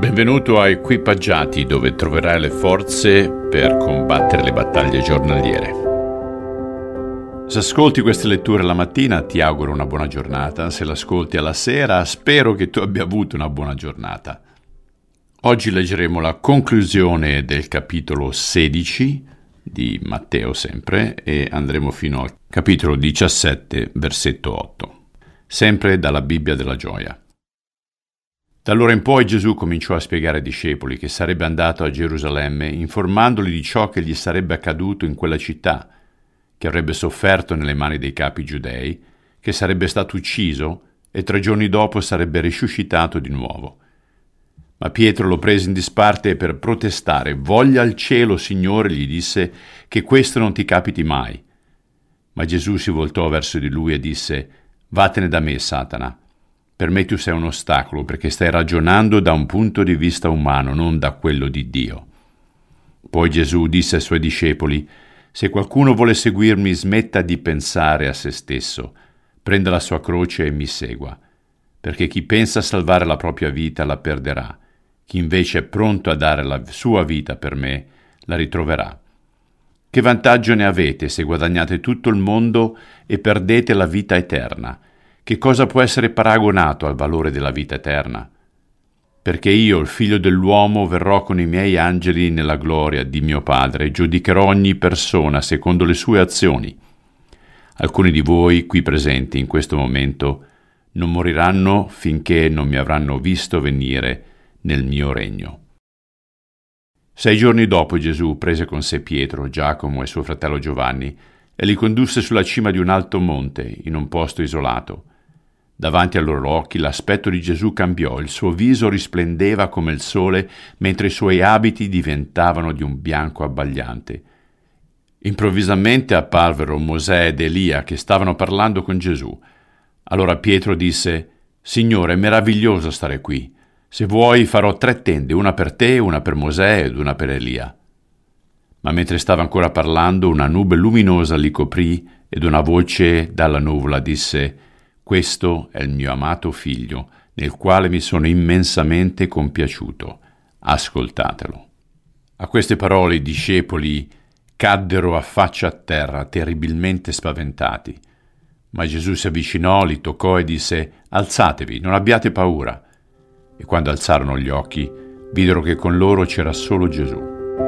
Benvenuto a Equipaggiati, dove troverai le forze per combattere le battaglie giornaliere. Se ascolti queste letture la mattina ti auguro una buona giornata, se l'ascolti alla sera spero che tu abbia avuto una buona giornata. Oggi leggeremo la conclusione del capitolo 16 di Matteo sempre e andremo fino al capitolo 17, versetto 8, sempre dalla Bibbia della Gioia. Da allora in poi Gesù cominciò a spiegare ai discepoli che sarebbe andato a Gerusalemme informandoli di ciò che gli sarebbe accaduto in quella città, che avrebbe sofferto nelle mani dei capi giudei, che sarebbe stato ucciso e 3 giorni dopo sarebbe risuscitato di nuovo. Ma Pietro lo prese in disparte per protestare. «Voglia al cielo, Signore», gli disse, «che questo non ti capiti mai». Ma Gesù si voltò verso di lui e disse: «Vattene da me, Satana. Per me tu sei un ostacolo, perché stai ragionando da un punto di vista umano, non da quello di Dio». Poi Gesù disse ai suoi discepoli: «Se qualcuno vuole seguirmi, smetta di pensare a se stesso, prenda la sua croce e mi segua. Perché chi pensa a salvare la propria vita la perderà. Chi invece è pronto a dare la sua vita per me, la ritroverà. Che vantaggio ne avete se guadagnate tutto il mondo e perdete la vita eterna? Che cosa può essere paragonato al valore della vita eterna? Perché io, il Figlio dell'uomo, verrò con i miei angeli nella gloria di mio Padre e giudicherò ogni persona secondo le sue azioni. Alcuni di voi, qui presenti in questo momento, non moriranno finché non mi avranno visto venire nel mio regno». 6 giorni dopo Gesù prese con sé Pietro, Giacomo e suo fratello Giovanni e li condusse sulla cima di un alto monte, in un posto isolato. Davanti ai loro occhi l'aspetto di Gesù cambiò, il suo viso risplendeva come il sole, mentre i suoi abiti diventavano di un bianco abbagliante. Improvvisamente apparvero Mosè ed Elia che stavano parlando con Gesù. Allora Pietro disse: «Signore, è meraviglioso stare qui. Se vuoi farò 3 tende, una per te, una per Mosè ed una per Elia». Ma mentre stava ancora parlando, una nube luminosa li coprì ed una voce dalla nuvola disse: «Questo è il mio amato figlio, nel quale mi sono immensamente compiaciuto. Ascoltatelo». A queste parole i discepoli caddero a faccia a terra, terribilmente spaventati. Ma Gesù si avvicinò, li toccò e disse: «Alzatevi, non abbiate paura». E quando alzarono gli occhi, videro che con loro c'era solo Gesù.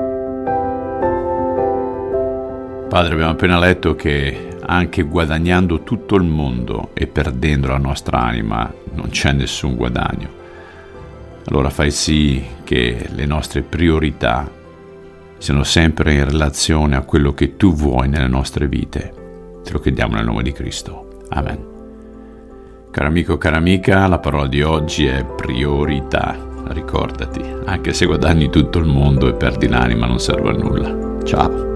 Padre, abbiamo appena letto che anche guadagnando tutto il mondo e perdendo la nostra anima non c'è nessun guadagno. Allora fai sì che le nostre priorità siano sempre in relazione a quello che tu vuoi nelle nostre vite. Te lo chiediamo nel nome di Cristo. Amen. Caro amico, cara amica, la parola di oggi è priorità. Ricordati, anche se guadagni tutto il mondo e perdi l'anima non serve a nulla. Ciao.